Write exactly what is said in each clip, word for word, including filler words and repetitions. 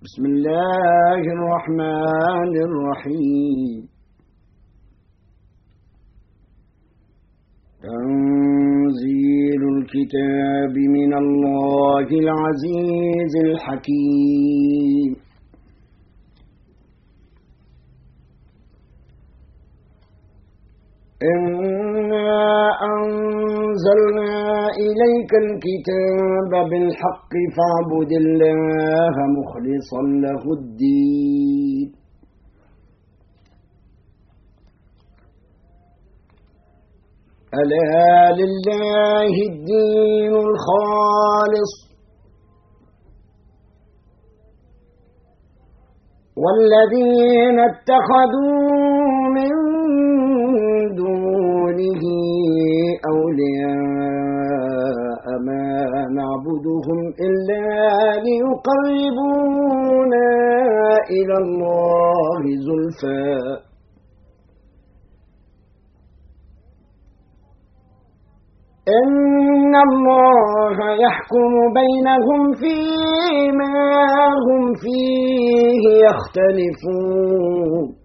بسم الله الرحمن الرحيم. تنزيل الكتاب من الله العزيز الحكيم. إنا أنزلنا إليك الكتاب بالحق فاعبد الله مخلصا له الدين. ألا لله الدين الخالص والذين اتخذوا من دونه أولياء ما نعبدهم إلا ليقربونا إلى الله زلفى إن الله يحكم بينهم فيما هم فيه يختلفون.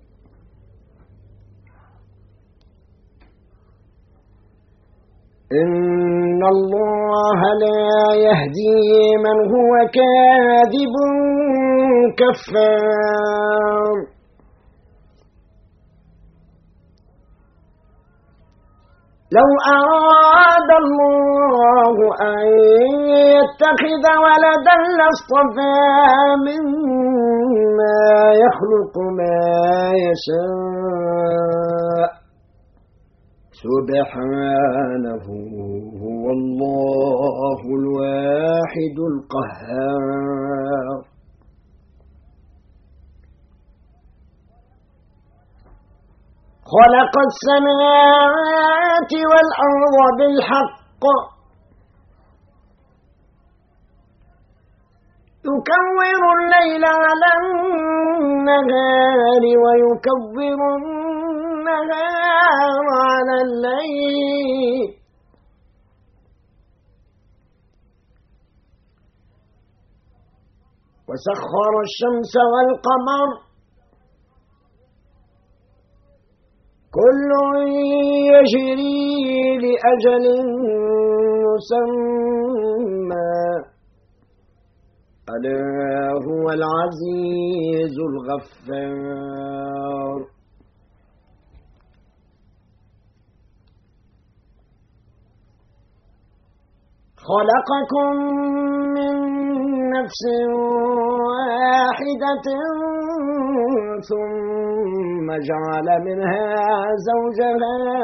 إن الله لا يهدي من هو كاذب كفار. لو أراد الله أن يتخذ ولدا لاصطفى مما يخلق ما يشاء سبحانه هو الله الواحد القهار. خلق السماوات والأرض بالحق يكور الليل على النهار ويكور النهار على الليل وسخر الشمس والقمر كل يجري لأجل مسمى ألا هو العزيز الغفار. خلقكم من نفس واحدة ثم جعل منها زوجها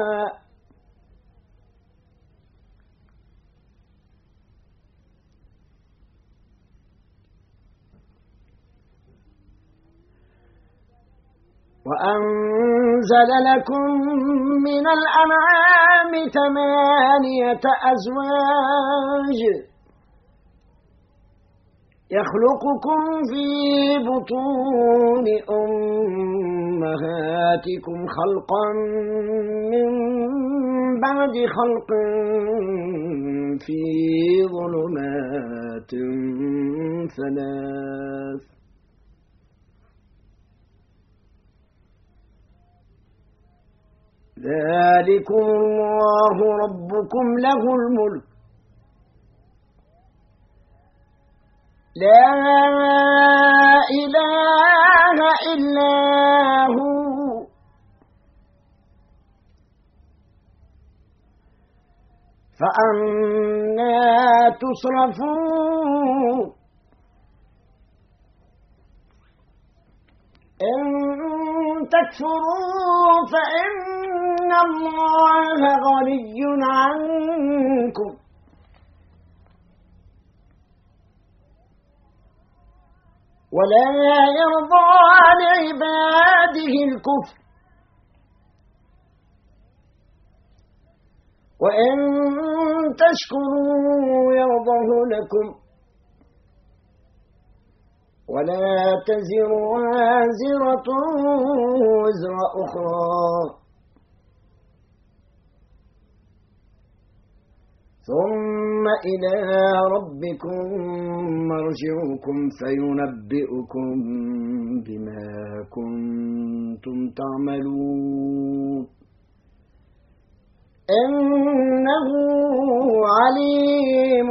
وأنزل لكم من الأنعام ثمانية أزواج يخلقكم في بطون أمهاتكم خلقا من بعد خلق في ظلمات ثلاث ذلكم الله ربكم له الملك لا إله إلا هو فأنى تصرفون. إن تكفروا فإن الله غني عنكم ولا يرضى لعباده الكفر وإن تشكروا يرضه لكم ولا تزر وازرة وزر أخرى ثم إلى ربكم مرجعكم فينبئكم بما كنتم تعملون إنه عليم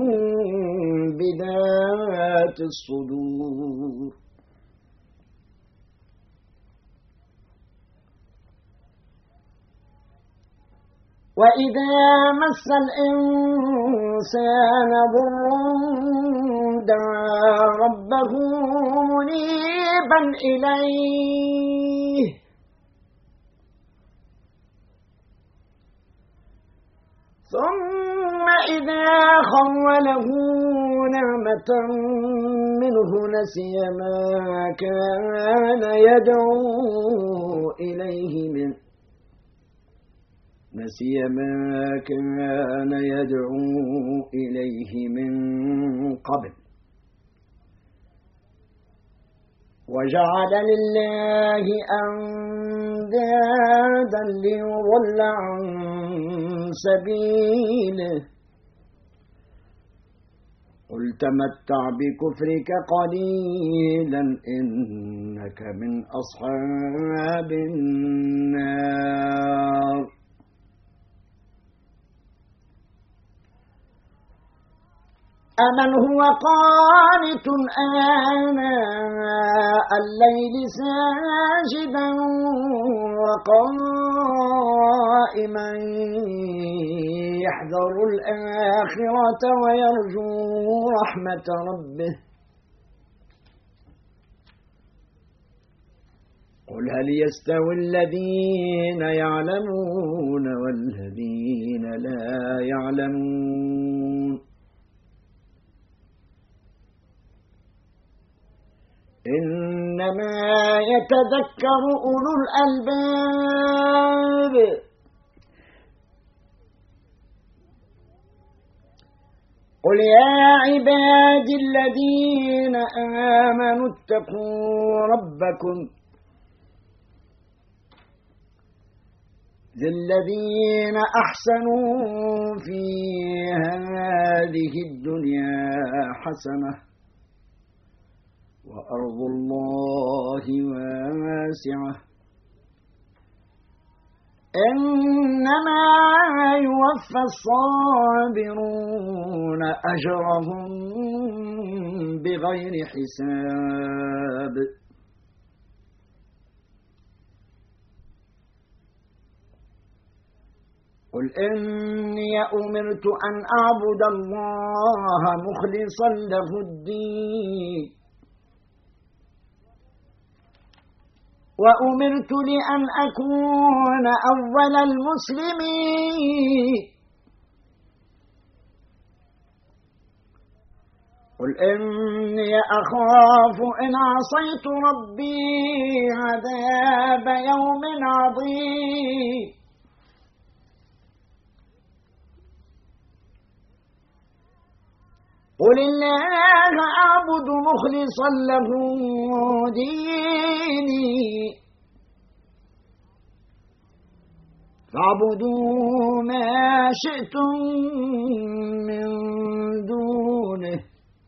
بذات الصدور وإذا مس الإنسان ضر دعا ربه منيبا إليه ثم إذا خوله نعمة منه نسي ما كان يدعو إليه من نسي ما كان يدعو إليه من قبل وجعل لله أندادا ليضل عن سبيله قل تمتع بكفرك قليلا إنك من أصحاب النار أمن هو قانت آناء الليل ساجدا وقائما يحذر الآخرة ويرجو رحمة ربه قل هل يستوي الذين يعلمون والذين لا يعلمون إنما يتذكر أولو الألباب قل يا عبادي الذين آمنوا اتقوا ربكم للذين أحسنوا في هذه الدنيا حسنة وأرض الله واسعة إنما يوفى الصابرون أجرهم بغير حساب قل إني أمرت أن أعبد الله مخلصا له الدين وأمرت لأن أكون أول المسلمين قل إني أخاف إن عصيت ربي عذاب يوم عظيم قل الله أعبد مخلصا له ديني فاعبدوا ما شئتم من دونه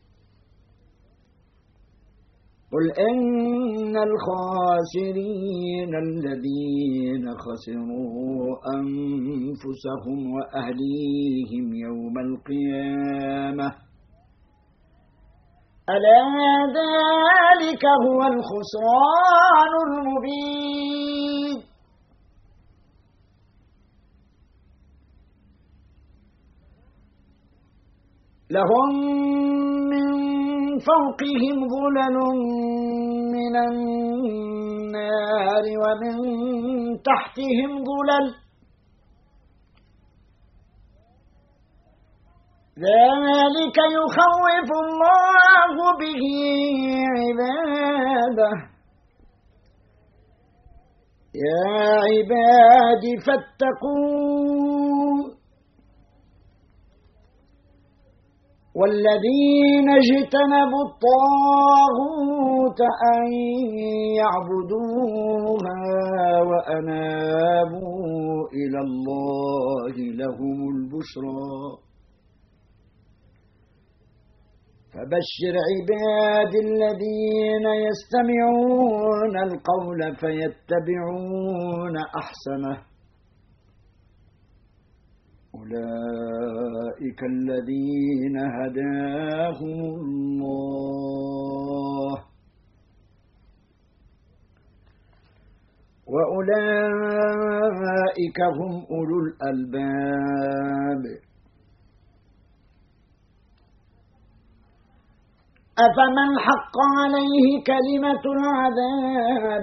قل إن الخاسرين الذين خسروا أنفسهم وأهليهم يوم القيامة ألا ذلك هو الخسران المبين لهم من فوقهم ظلل من النار ومن تحتهم ظلل ذلك يخوف الله به عباده يا عباد فاتقون والذين اجتنبوا الطاغوت أن يعبدوها وأنابوا إلى الله لهم البشرى فبشر عباد الذين يستمعون القول فيتبعون أحسنه أولئك الذين هداهم الله وأولئك هم أولو الألباب أفمن حق عليه كلمة العذاب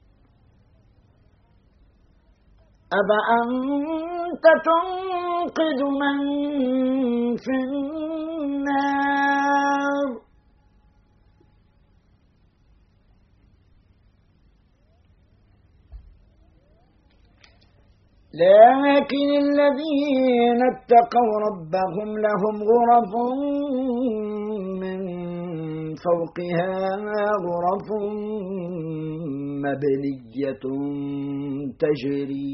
أفأنت تنقذ من في النار لكن الذين اتقوا ربهم لهم غرف من فوقها غرف مبنية تجري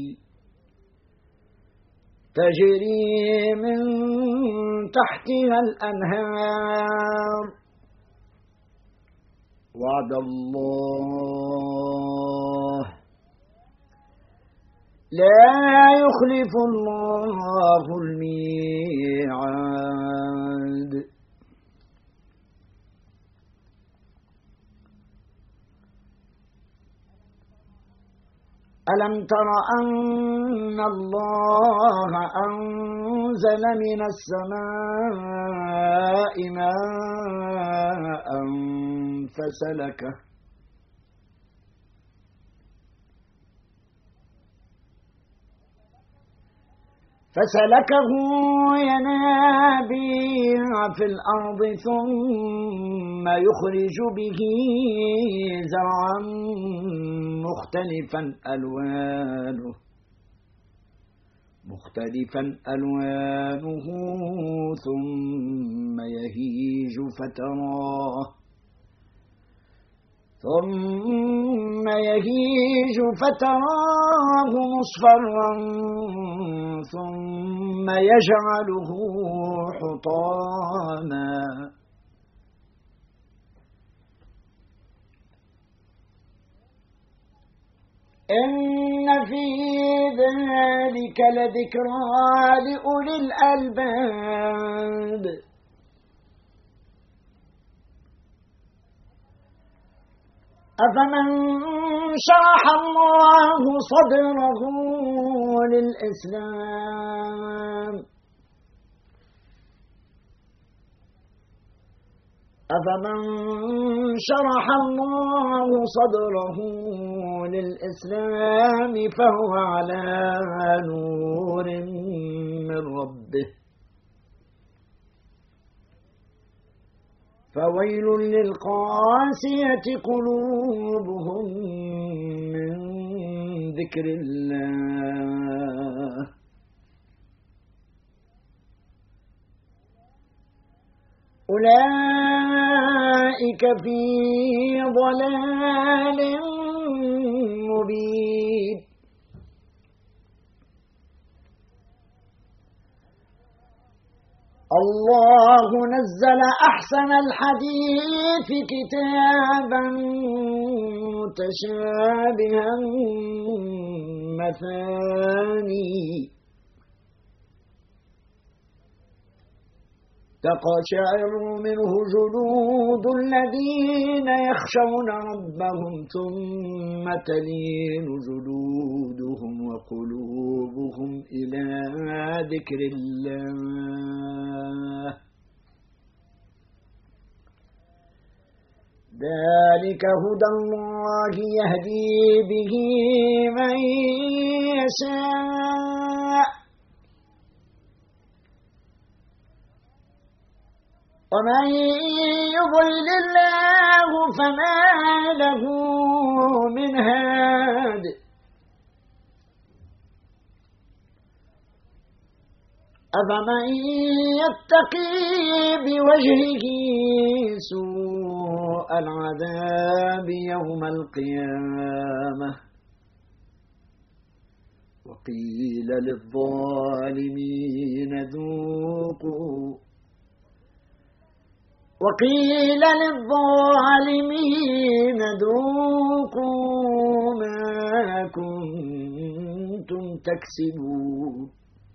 تجري من تحتها الأنهار وعد الله لا يخلف الله الميعاد ألم تر أن الله أنزل من السماء ماء فسلكه فسلكه ينابيع في الأرض ثم يخرج به زرعا مختلفا ألوانه مختلفا ألوانه ثم يهيج فتراه ثم يهيج فتراه مصفرا ثم يجعله حطاما إن في ذلك لذكرى لأولي الألباب أفمن شرح الله صدره للإسلام أفمن شرح الله صدره للإسلام فهو على نور من ربه فويل للقاسية قلوبهم من ذكر الله أولئك في ضلال مبين الله نزل أحسن الحديث كتابا متشابها مثاني تقشعر منه جلود الذين يخشون ربهم ثم تلين جلودهم وقلوبهم إلى ذكر الله ذلك هدى الله يهدي به من يشاء ومن يضلل الله فما له من هاد أفمن يتقي بوجهه سوء العذاب يوم القيامة وقيل للظالمين ذوقوا وقيل للظالمين ذوقوا ما كنتم تكسبون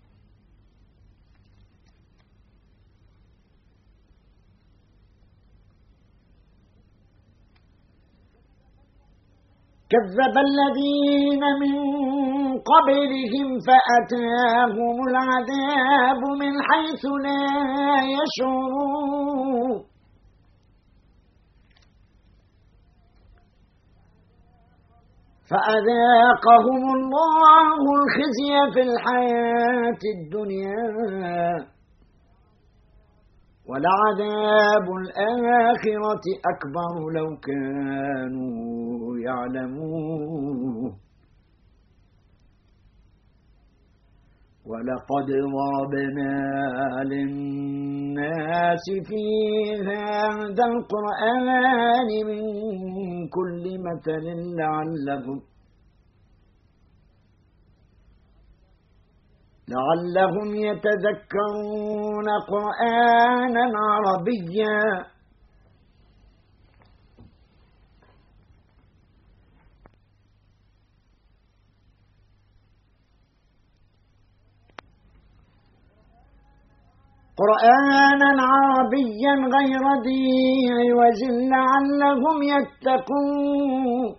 كذب الذين من قبلهم فأتاهم العذاب من حيث لا يشعرون فأذاقهم الله الخزي في الحياة الدنيا ولعذاب الآخرة أكبر لو كانوا يعلمون ولقد ضربنا للناس في هذا القرآن من كل مثل لعلهم لعلهم يتذكرون قرآنا عربيا قرآنا عربيا غير ذي عوج لعلهم يتقون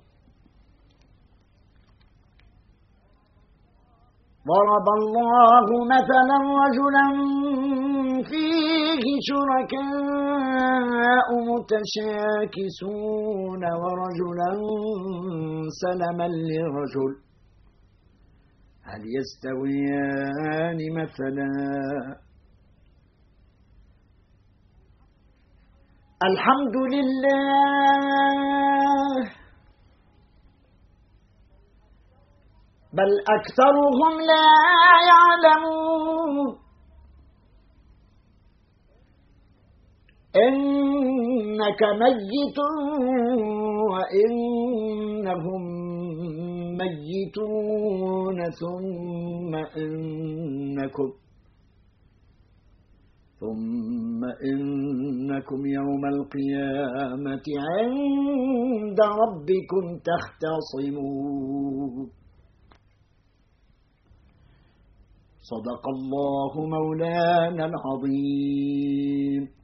ضرب الله مثلا رجلا فيه شركاء متشاكسون ورجلا سلما لرجل هل يستويان مثلا الحمد لله بل أكثرهم لا يعلمون إنك ميت وإنهم ميتون ثم إنكم ثم إنكم يوم القيامة عند ربكم تختصمون صدق الله مولانا العظيم.